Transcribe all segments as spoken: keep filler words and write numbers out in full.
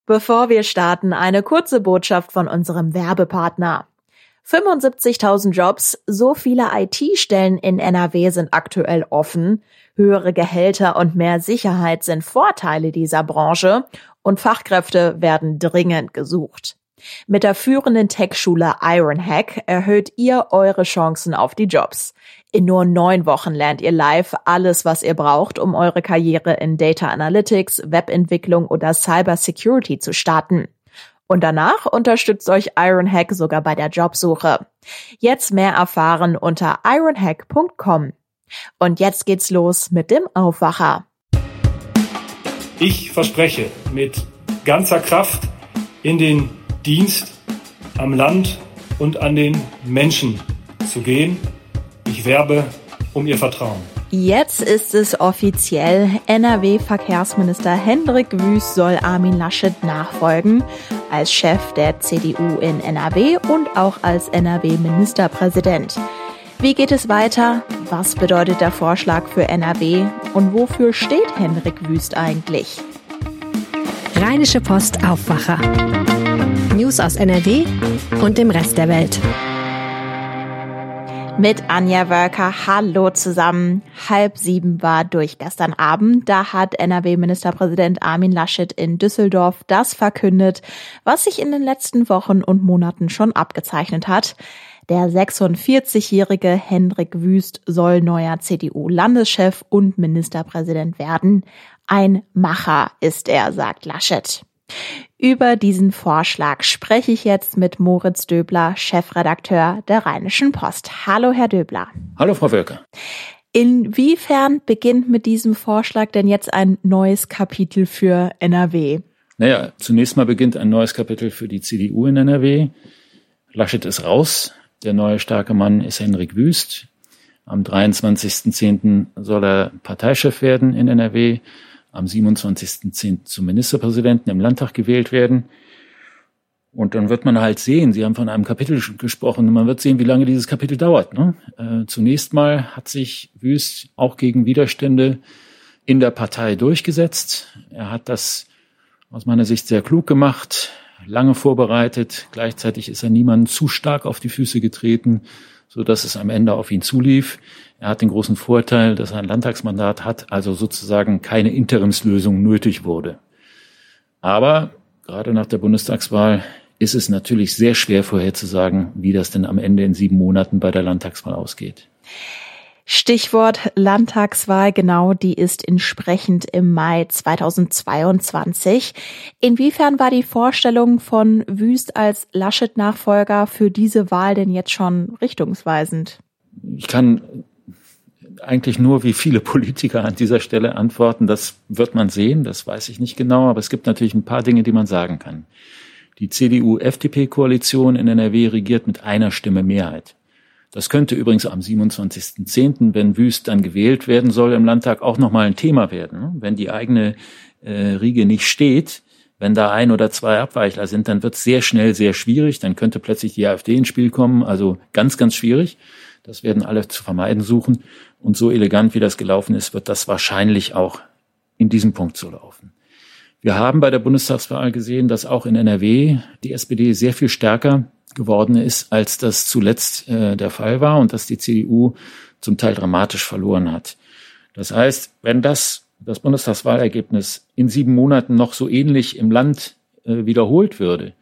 Bevor wir starten, eine kurze Botschaft von unserem Werbepartner. fünfundsiebzigtausend Jobs, so viele I T-Stellen in N R W sind aktuell offen. Höhere Gehälter und mehr Sicherheit sind Vorteile dieser Branche und Fachkräfte werden dringend gesucht. Mit der führenden Tech-Schule Ironhack erhöht ihr eure Chancen auf die Jobs. In nur neun Wochen lernt ihr live alles, was ihr braucht, um eure Karriere in Data Analytics, Webentwicklung oder Cyber Security zu starten. Und danach unterstützt euch Ironhack sogar bei der Jobsuche. Jetzt mehr erfahren unter ironhack punkt com. Und jetzt geht's los mit dem Aufwacher. Ich verspreche, mit ganzer Kraft in den Dienst am Land und an den Menschen zu gehen. Ich werbe um Ihr Vertrauen. Jetzt ist es offiziell. N R W-Verkehrsminister Hendrik Wüst soll Armin Laschet nachfolgen als Chef der C D U in N R W und auch als N R W-Ministerpräsident. Wie geht es weiter? Was bedeutet der Vorschlag für N R W? Und wofür steht Hendrik Wüst eigentlich? Rheinische Post Aufwacher. News aus N R W und dem Rest der Welt. Mit Anja Wölker. Hallo zusammen. Halb sieben war durch gestern Abend. Da hat N R W-Ministerpräsident Armin Laschet in Düsseldorf das verkündet, was sich in den letzten Wochen und Monaten schon abgezeichnet hat. Der sechsundvierzigjährige Hendrik Wüst soll neuer C D U-Landeschef und Ministerpräsident werden. Ein Macher ist er, sagt Laschet. Über diesen Vorschlag spreche ich jetzt mit Moritz Döbler, Chefredakteur der Rheinischen Post. Hallo, Herr Döbler. Hallo, Frau Wölker. Inwiefern beginnt mit diesem Vorschlag denn jetzt ein neues Kapitel für N R W? Naja, zunächst mal beginnt ein neues Kapitel für die C D U in N R W. Laschet ist raus. Der neue starke Mann ist Hendrik Wüst. Am dreiundzwanzigsten zehnten soll er Parteichef werden in N R W. Am siebenundzwanzigsten zehnten zum Ministerpräsidenten im Landtag gewählt werden. Und dann wird man halt sehen, Sie haben von einem Kapitel gesprochen, man wird sehen, wie lange dieses Kapitel dauert. Ne? Äh, zunächst mal hat sich Wüst auch gegen Widerstände in der Partei durchgesetzt. Er hat das aus meiner Sicht sehr klug gemacht, lange vorbereitet. Gleichzeitig ist er niemandem zu stark auf die Füße getreten, so dass es am Ende auf ihn zulief. Er hat den großen Vorteil, dass er ein Landtagsmandat hat, also sozusagen keine Interimslösung nötig wurde. Aber gerade nach der Bundestagswahl ist es natürlich sehr schwer vorherzusagen, wie das denn am Ende in sieben Monaten bei der Landtagswahl ausgeht. Stichwort Landtagswahl, genau, die ist entsprechend im Mai zweitausendzweiundzwanzig. Inwiefern war die Vorstellung von Wüst als Laschet-Nachfolger für diese Wahl denn jetzt schon richtungsweisend? Ich kann eigentlich nur wie viele Politiker an dieser Stelle antworten. Das wird man sehen, das weiß ich nicht genau, aber es gibt natürlich ein paar Dinge, die man sagen kann. Die C D U-F D P-Koalition in N R W regiert mit einer Stimme Mehrheit. Das könnte übrigens am siebenundzwanzigsten zehnten, wenn Wüst dann gewählt werden soll im Landtag, auch nochmal ein Thema werden. Wenn die eigene äh, Riege nicht steht, wenn da ein oder zwei Abweichler sind, dann wird es sehr schnell sehr schwierig. Dann könnte plötzlich die AfD ins Spiel kommen. Also ganz, ganz schwierig. Das werden alle zu vermeiden suchen. Und so elegant, wie das gelaufen ist, wird das wahrscheinlich auch in diesem Punkt so laufen. Wir haben bei der Bundestagswahl gesehen, dass auch in N R W die S P D sehr viel stärker geworden ist, als das zuletzt äh, der Fall war und dass die C D U zum Teil dramatisch verloren hat. Das heißt, wenn das, das Bundestagswahlergebnis in sieben Monaten noch so ähnlich im Land äh, wiederholt würde,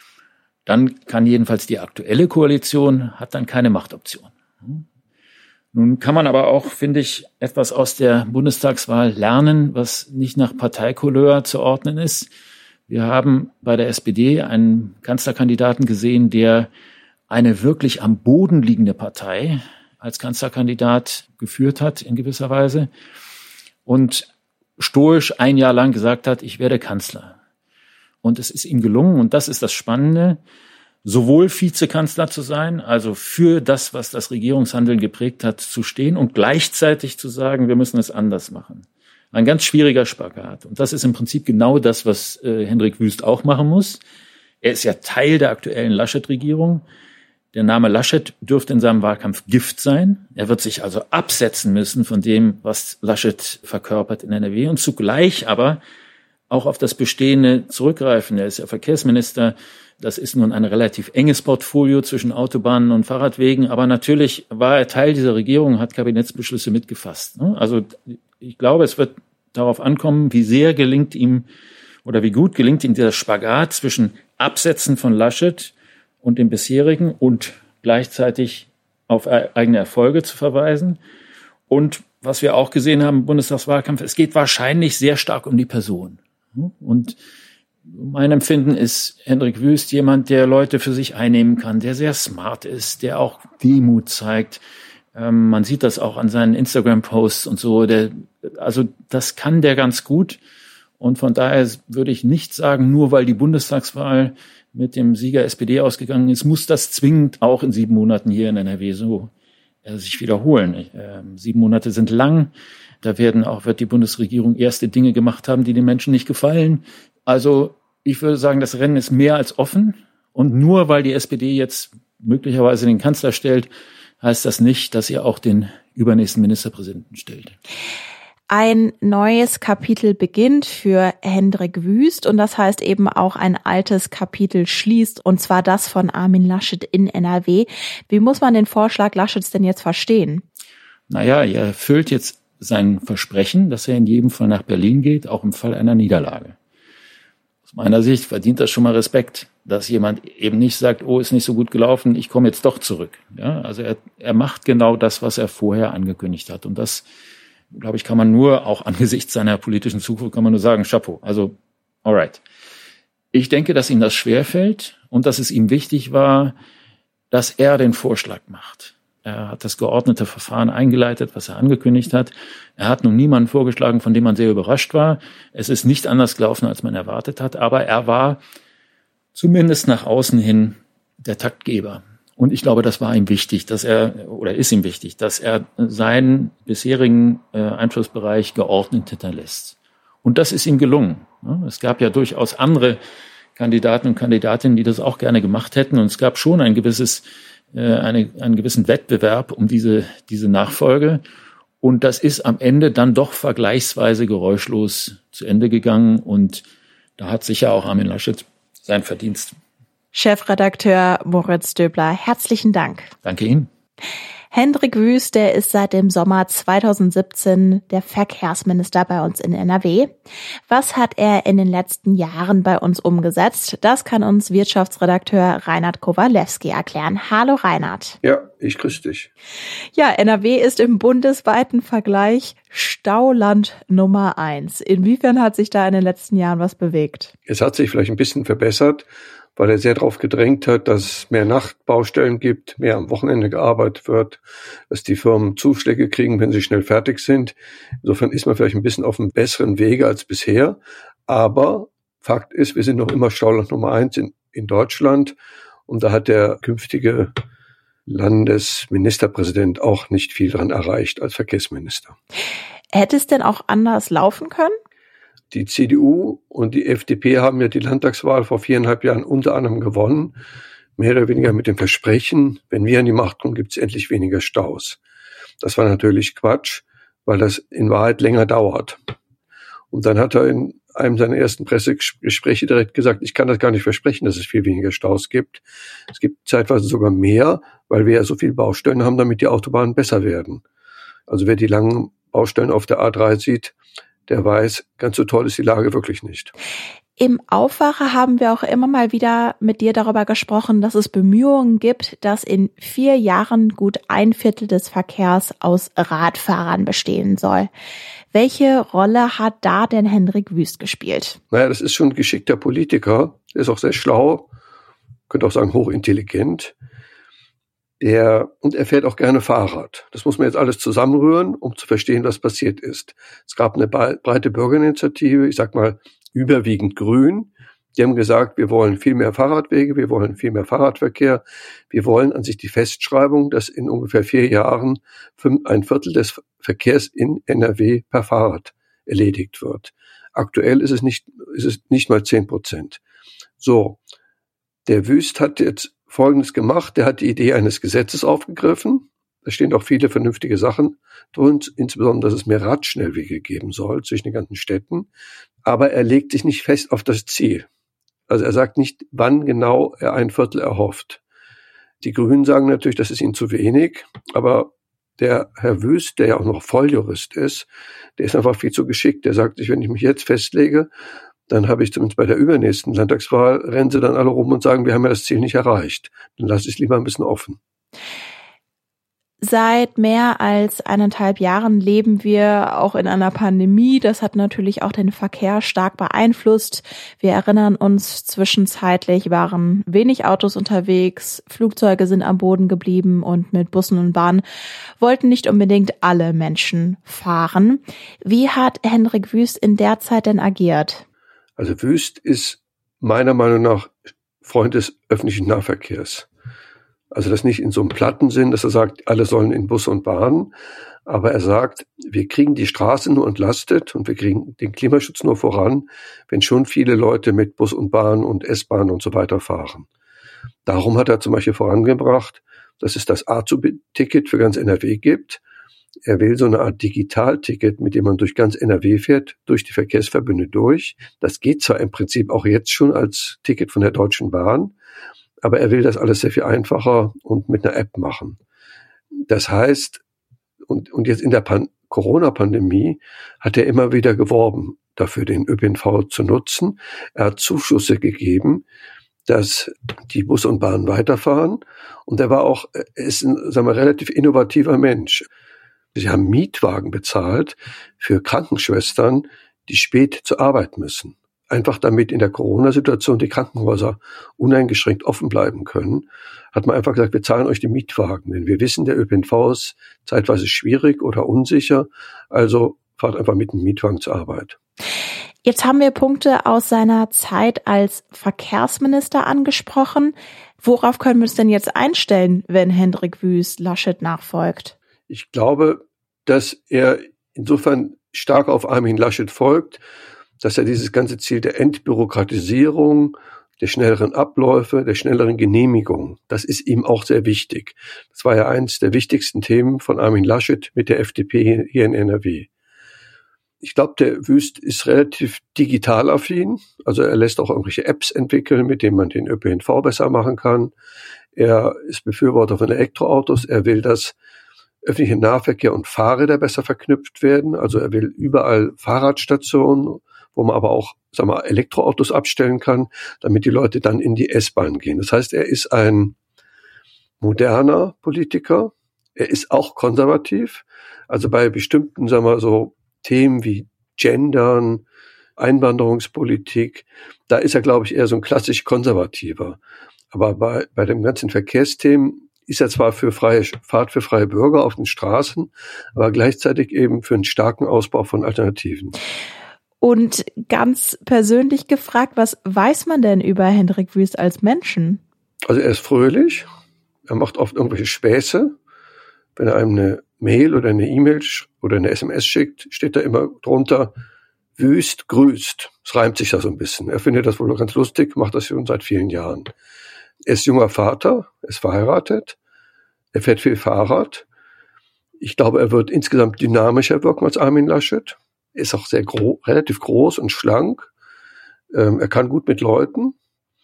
dann kann jedenfalls die aktuelle Koalition, hat dann keine Machtoption. Nun kann man aber auch, finde ich, etwas aus der Bundestagswahl lernen, was nicht nach Parteikouleur zu ordnen ist. Wir haben bei der S P D einen Kanzlerkandidaten gesehen, der eine wirklich am Boden liegende Partei als Kanzlerkandidat geführt hat in gewisser Weise und stoisch ein Jahr lang gesagt hat, ich werde Kanzler. Und es ist ihm gelungen, und das ist das Spannende, sowohl Vizekanzler zu sein, also für das, was das Regierungshandeln geprägt hat, zu stehen und gleichzeitig zu sagen, wir müssen es anders machen. Ein ganz schwieriger Spagat. Und das ist im Prinzip genau das, was äh, Hendrik Wüst auch machen muss. Er ist ja Teil der aktuellen Laschet-Regierung. Der Name Laschet dürfte in seinem Wahlkampf Gift sein. Er wird sich also absetzen müssen von dem, was Laschet verkörpert in N R W und zugleich aber auch auf das Bestehende zurückgreifen. Er ist ja Verkehrsminister. Das ist nun ein relativ enges Portfolio zwischen Autobahnen und Fahrradwegen. Aber natürlich war er Teil dieser Regierung, hat Kabinettsbeschlüsse mitgefasst. Also ich glaube, es wird darauf ankommen, wie sehr gelingt ihm oder wie gut gelingt ihm dieser Spagat zwischen Absetzen von Laschet und dem bisherigen und gleichzeitig auf eigene Erfolge zu verweisen. Und was wir auch gesehen haben im Bundestagswahlkampf, es geht wahrscheinlich sehr stark um die Person. Und mein Empfinden ist Hendrik Wüst jemand, der Leute für sich einnehmen kann, der sehr smart ist, der auch Demut zeigt. Ähm, man sieht das auch an seinen Instagram-Posts und so. Der, also das kann der ganz gut. Und von daher würde ich nicht sagen, nur weil die Bundestagswahl mit dem Sieger S P D ausgegangen ist, muss das zwingend auch in sieben Monaten hier in N R W so äh, sich wiederholen. Äh, sieben Monate sind lang. Da werden auch, wird die Bundesregierung erste Dinge gemacht haben, die den Menschen nicht gefallen. Also ich würde sagen, das Rennen ist mehr als offen. Und nur weil die S P D jetzt möglicherweise den Kanzler stellt, heißt das nicht, dass sie auch den übernächsten Ministerpräsidenten stellt. Ein neues Kapitel beginnt für Hendrik Wüst und das heißt eben auch ein altes Kapitel schließt, und zwar das von Armin Laschet in N R W. Wie muss man den Vorschlag Laschets denn jetzt verstehen? Naja, er erfüllt jetzt sein Versprechen, dass er in jedem Fall nach Berlin geht, auch im Fall einer Niederlage. Aus meiner Sicht verdient das schon mal Respekt, dass jemand eben nicht sagt, oh, ist nicht so gut gelaufen, ich komme jetzt doch zurück. Ja, also er, er macht genau das, was er vorher angekündigt hat, und das, glaube ich, kann man nur, auch angesichts seiner politischen Zukunft, kann man nur sagen, Chapeau. Also, alright. Ich denke, dass ihm das schwerfällt und dass es ihm wichtig war, dass er den Vorschlag macht. Er hat das geordnete Verfahren eingeleitet, was er angekündigt hat. Er hat nun niemanden vorgeschlagen, von dem man sehr überrascht war. Es ist nicht anders gelaufen, als man erwartet hat, aber er war zumindest nach außen hin der Taktgeber. Und ich glaube, das war ihm wichtig, dass er, oder ist ihm wichtig, dass er seinen bisherigen äh, Einflussbereich geordnet hinterlässt. Und das ist ihm gelungen. Ja, es gab ja durchaus andere Kandidaten und Kandidatinnen, die das auch gerne gemacht hätten. Und es gab schon ein gewisses, äh, eine, einen gewissen Wettbewerb um diese, diese Nachfolge. Und das ist am Ende dann doch vergleichsweise geräuschlos zu Ende gegangen. Und da hat sicher auch Armin Laschet sein Verdienst. Chefredakteur Moritz Döbler, herzlichen Dank. Danke Ihnen. Hendrik Wüst, der ist seit dem Sommer zweitausendsiebzehn der Verkehrsminister bei uns in N R W. Was hat er in den letzten Jahren bei uns umgesetzt? Das kann uns Wirtschaftsredakteur Reinhard Kowalewski erklären. Hallo Reinhard. Ja, ich grüße dich. Ja, N R W ist im bundesweiten Vergleich Stauland Nummer eins. Inwiefern hat sich da in den letzten Jahren was bewegt? Es hat sich vielleicht ein bisschen verbessert, weil er sehr darauf gedrängt hat, dass es mehr Nachtbaustellen gibt, mehr am Wochenende gearbeitet wird, dass die Firmen Zuschläge kriegen, wenn sie schnell fertig sind. Insofern ist man vielleicht ein bisschen auf einem besseren Wege als bisher. Aber Fakt ist, wir sind noch immer Stauland Nummer eins in, in Deutschland. Und da hat der künftige Landesministerpräsident auch nicht viel dran erreicht als Verkehrsminister. Hätte es denn auch anders laufen können? Die C D U und die F D P haben ja die Landtagswahl vor viereinhalb Jahren unter anderem gewonnen, mehr oder weniger mit dem Versprechen, wenn wir an die Macht kommen, gibt es endlich weniger Staus. Das war natürlich Quatsch, weil das in Wahrheit länger dauert. Und dann hat er in einem seiner ersten Pressegespräche direkt gesagt, ich kann das gar nicht versprechen, dass es viel weniger Staus gibt. Es gibt zeitweise sogar mehr, weil wir ja so viele Baustellen haben, damit die Autobahnen besser werden. Also wer die langen Baustellen auf der A drei sieht, der weiß, ganz so toll ist die Lage wirklich nicht. Im Aufwacher haben wir auch immer mal wieder mit dir darüber gesprochen, dass es Bemühungen gibt, dass in vier Jahren gut ein Viertel des Verkehrs aus Radfahrern bestehen soll. Welche Rolle hat da denn Hendrik Wüst gespielt? Naja, das ist schon ein geschickter Politiker. Der ist auch sehr schlau, könnte auch sagen hochintelligent. Der, und er fährt auch gerne Fahrrad. Das muss man jetzt alles zusammenrühren, um zu verstehen, was passiert ist. Es gab eine breite Bürgerinitiative, ich sag mal überwiegend grün. Die haben gesagt, wir wollen viel mehr Fahrradwege, wir wollen viel mehr Fahrradverkehr. Wir wollen an sich die Festschreibung, dass in ungefähr vier Jahren ein Viertel des Verkehrs in N R W per Fahrrad erledigt wird. Aktuell ist es nicht, ist es nicht mal zehn Prozent. So. Der Wüst hat jetzt Folgendes gemacht, der hat die Idee eines Gesetzes aufgegriffen. Da stehen auch viele vernünftige Sachen drin, insbesondere, dass es mehr Radschnellwege geben soll zwischen den ganzen Städten. aber er legt sich nicht fest auf das Ziel. Also er sagt nicht, wann genau er ein Viertel erhofft. Die Grünen sagen natürlich, das ist ihnen zu wenig, aber der Herr Wüst, der ja auch noch Volljurist ist, der ist einfach viel zu geschickt. Der sagt sich, wenn ich mich jetzt festlege, dann habe ich zumindest bei der übernächsten Landtagswahl, rennen sie dann alle rum und sagen, wir haben ja das Ziel nicht erreicht. Dann lasse ich es lieber ein bisschen offen. Seit mehr als eineinhalb Jahren leben wir auch in einer Pandemie. Das hat natürlich auch den Verkehr stark beeinflusst. Wir erinnern uns, zwischenzeitlich waren wenig Autos unterwegs, Flugzeuge sind am Boden geblieben und mit Bussen und Bahnen wollten nicht unbedingt alle Menschen fahren. Wie hat Hendrik Wüst in der Zeit denn agiert? Also Wüst ist meiner Meinung nach Freund des öffentlichen Nahverkehrs. Also das nicht in so einem platten Sinn, dass er sagt, alle sollen in Bus und Bahn, aber er sagt, wir kriegen die Straße nur entlastet und wir kriegen den Klimaschutz nur voran, wenn schon viele Leute mit Bus und Bahn und S-Bahn und so weiter fahren. Darum hat er zum Beispiel vorangebracht, dass es das A-Ticket für ganz N R W gibt. Er will so eine Art Digitalticket, mit dem man durch ganz N R W fährt, durch die Verkehrsverbünde durch. Das geht zwar im Prinzip auch jetzt schon als Ticket von der Deutschen Bahn, aber er will das alles sehr viel einfacher und mit einer App machen. Das heißt, und, und jetzt in der Pan- Corona-Pandemie hat er immer wieder geworben, dafür den Ö P N V zu nutzen. Er hat Zuschüsse gegeben, dass die Bus und Bahn weiterfahren. Und er war auch, er ist ein, sagen wir, relativ innovativer Mensch. Sie haben Mietwagen bezahlt für Krankenschwestern, die spät zur Arbeit müssen. Einfach damit in der Corona-Situation die Krankenhäuser uneingeschränkt offen bleiben können, hat man einfach gesagt, wir zahlen euch die Mietwagen. Denn wir wissen, der Ö P N V ist zeitweise schwierig oder unsicher. Also fahrt einfach mit dem Mietwagen zur Arbeit. Jetzt haben wir Punkte aus seiner Zeit als Verkehrsminister angesprochen. Worauf können wir uns denn jetzt einstellen, wenn Hendrik Wüst Laschet nachfolgt? Ich glaube, dass er insofern stark auf Armin Laschet folgt, dass er dieses ganze Ziel der Entbürokratisierung, der schnelleren Abläufe, der schnelleren Genehmigung, das ist ihm auch sehr wichtig. Das war ja eins der wichtigsten Themen von Armin Laschet mit der F D P hier in N R W. Ich glaube, der Wüst ist relativ digital affin. Also er lässt auch irgendwelche Apps entwickeln, mit denen man den Ö P N V besser machen kann. Er ist Befürworter von Elektroautos. Er will, dass öffentlicher Nahverkehr und Fahrräder besser verknüpft werden. Also er will überall Fahrradstationen, wo man aber auch, sagen wir, Elektroautos abstellen kann, damit die Leute dann in die S-Bahn gehen. Das heißt, er ist ein moderner Politiker. Er ist auch konservativ. Also bei bestimmten, sagen wir so, Themen wie Gendern, Einwanderungspolitik, da ist er, glaube ich, eher so ein klassisch konservativer. Aber bei, bei den ganzen Verkehrsthemen ist er zwar für freie Fahrt für freie Bürger auf den Straßen, aber gleichzeitig eben für einen starken Ausbau von Alternativen. Und ganz persönlich gefragt, was weiß man denn über Hendrik Wüst als Menschen? Also er ist fröhlich, er macht oft irgendwelche Späße. Wenn er einem eine Mail oder eine E-Mail oder eine S M S schickt, steht da immer drunter, Wüst grüßt. Es reimt sich da so ein bisschen. Er findet das wohl ganz lustig, macht das schon seit vielen Jahren. Er ist junger Vater, er ist verheiratet, er fährt viel Fahrrad. Ich glaube, er wird insgesamt dynamischer wirken als Armin Laschet. Er ist auch sehr gro- relativ groß und schlank. Ähm, er kann gut mit Leuten.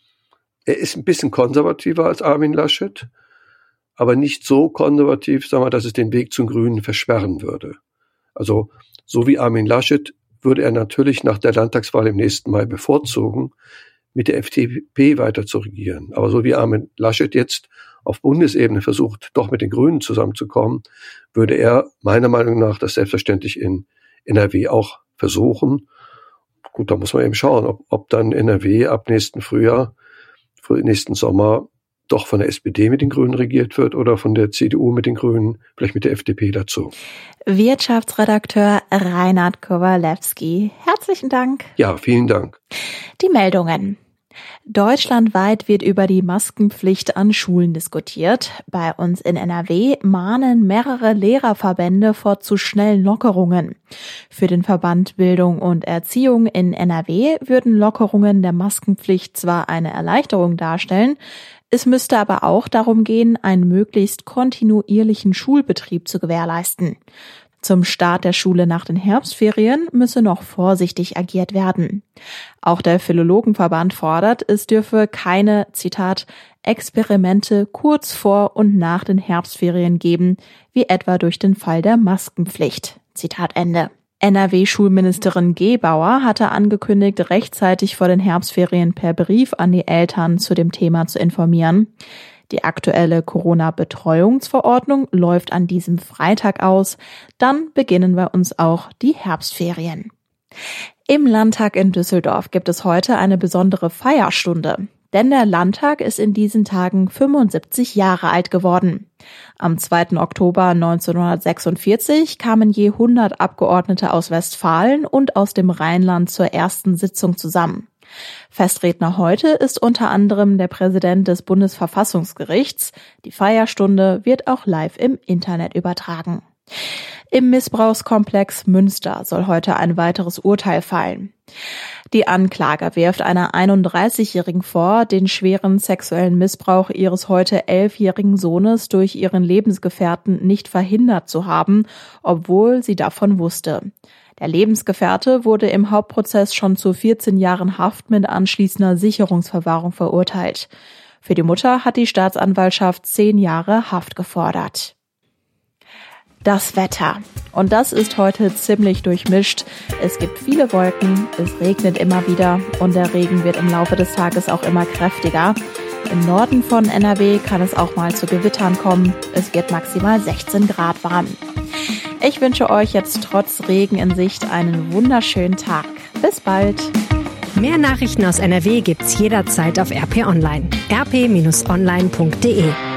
Er ist ein bisschen konservativer als Armin Laschet, aber nicht so konservativ, sagen wir, dass es den Weg zum Grünen versperren würde. Also so wie Armin Laschet würde er natürlich nach der Landtagswahl im nächsten Mai bevorzugen, mit der F D P weiter zu regieren. Aber so wie Armin Laschet jetzt auf Bundesebene versucht, doch mit den Grünen zusammenzukommen, würde er meiner Meinung nach das selbstverständlich in N R W auch versuchen. Gut, da muss man eben schauen, ob, ob dann N R W ab nächsten Frühjahr, nächsten Sommer doch von der S P D mit den Grünen regiert wird oder von der C D U mit den Grünen, vielleicht mit der F D P dazu. Wirtschaftsredakteur Reinhard Kowalewski, herzlichen Dank. Ja, vielen Dank. Die Meldungen. Deutschlandweit wird über die Maskenpflicht an Schulen diskutiert. Bei uns in N R W mahnen mehrere Lehrerverbände vor zu schnellen Lockerungen. Für den Verband Bildung und Erziehung in N R W würden Lockerungen der Maskenpflicht zwar eine Erleichterung darstellen, es müsste aber auch darum gehen, einen möglichst kontinuierlichen Schulbetrieb zu gewährleisten. Zum Start der Schule nach den Herbstferien müsse noch vorsichtig agiert werden. Auch der Philologenverband fordert, es dürfe keine, Zitat, Experimente kurz vor und nach den Herbstferien geben, wie etwa durch den Fall der Maskenpflicht. Zitat Ende. N R W-Schulministerin Gebauer hatte angekündigt, rechtzeitig vor den Herbstferien per Brief an die Eltern zu dem Thema zu informieren. Die aktuelle Corona-Betreuungsverordnung läuft an diesem Freitag aus. Dann beginnen bei uns auch die Herbstferien. Im Landtag in Düsseldorf gibt es heute eine besondere Feierstunde. Denn der Landtag ist in diesen Tagen fünfundsiebzig Jahre alt geworden. Am zweiten Oktober neunzehnhundertsechsundvierzig kamen je hundert Abgeordnete aus Westfalen und aus dem Rheinland zur ersten Sitzung zusammen. Festredner heute ist unter anderem der Präsident des Bundesverfassungsgerichts. Die Feierstunde wird auch live im Internet übertragen. Im Missbrauchskomplex Münster soll heute ein weiteres Urteil fallen. Die Anklage wirft einer einunddreißigjährigen vor, den schweren sexuellen Missbrauch ihres heute elfjährigen Sohnes durch ihren Lebensgefährten nicht verhindert zu haben, obwohl sie davon wusste. Der Lebensgefährte wurde im Hauptprozess schon zu vierzehn Jahren Haft mit anschließender Sicherungsverwahrung verurteilt. Für die Mutter hat die Staatsanwaltschaft zehn Jahre Haft gefordert. Das Wetter. Und das ist heute ziemlich durchmischt. Es gibt viele Wolken, es regnet immer wieder und der Regen wird im Laufe des Tages auch immer kräftiger. Im Norden von N R W kann es auch mal zu Gewittern kommen. Es wird maximal sechzehn Grad warm. Ich wünsche euch jetzt trotz Regen in Sicht einen wunderschönen Tag. Bis bald. Mehr Nachrichten aus N R W gibt's jederzeit auf R P Online. r p Bindestrich online punkt de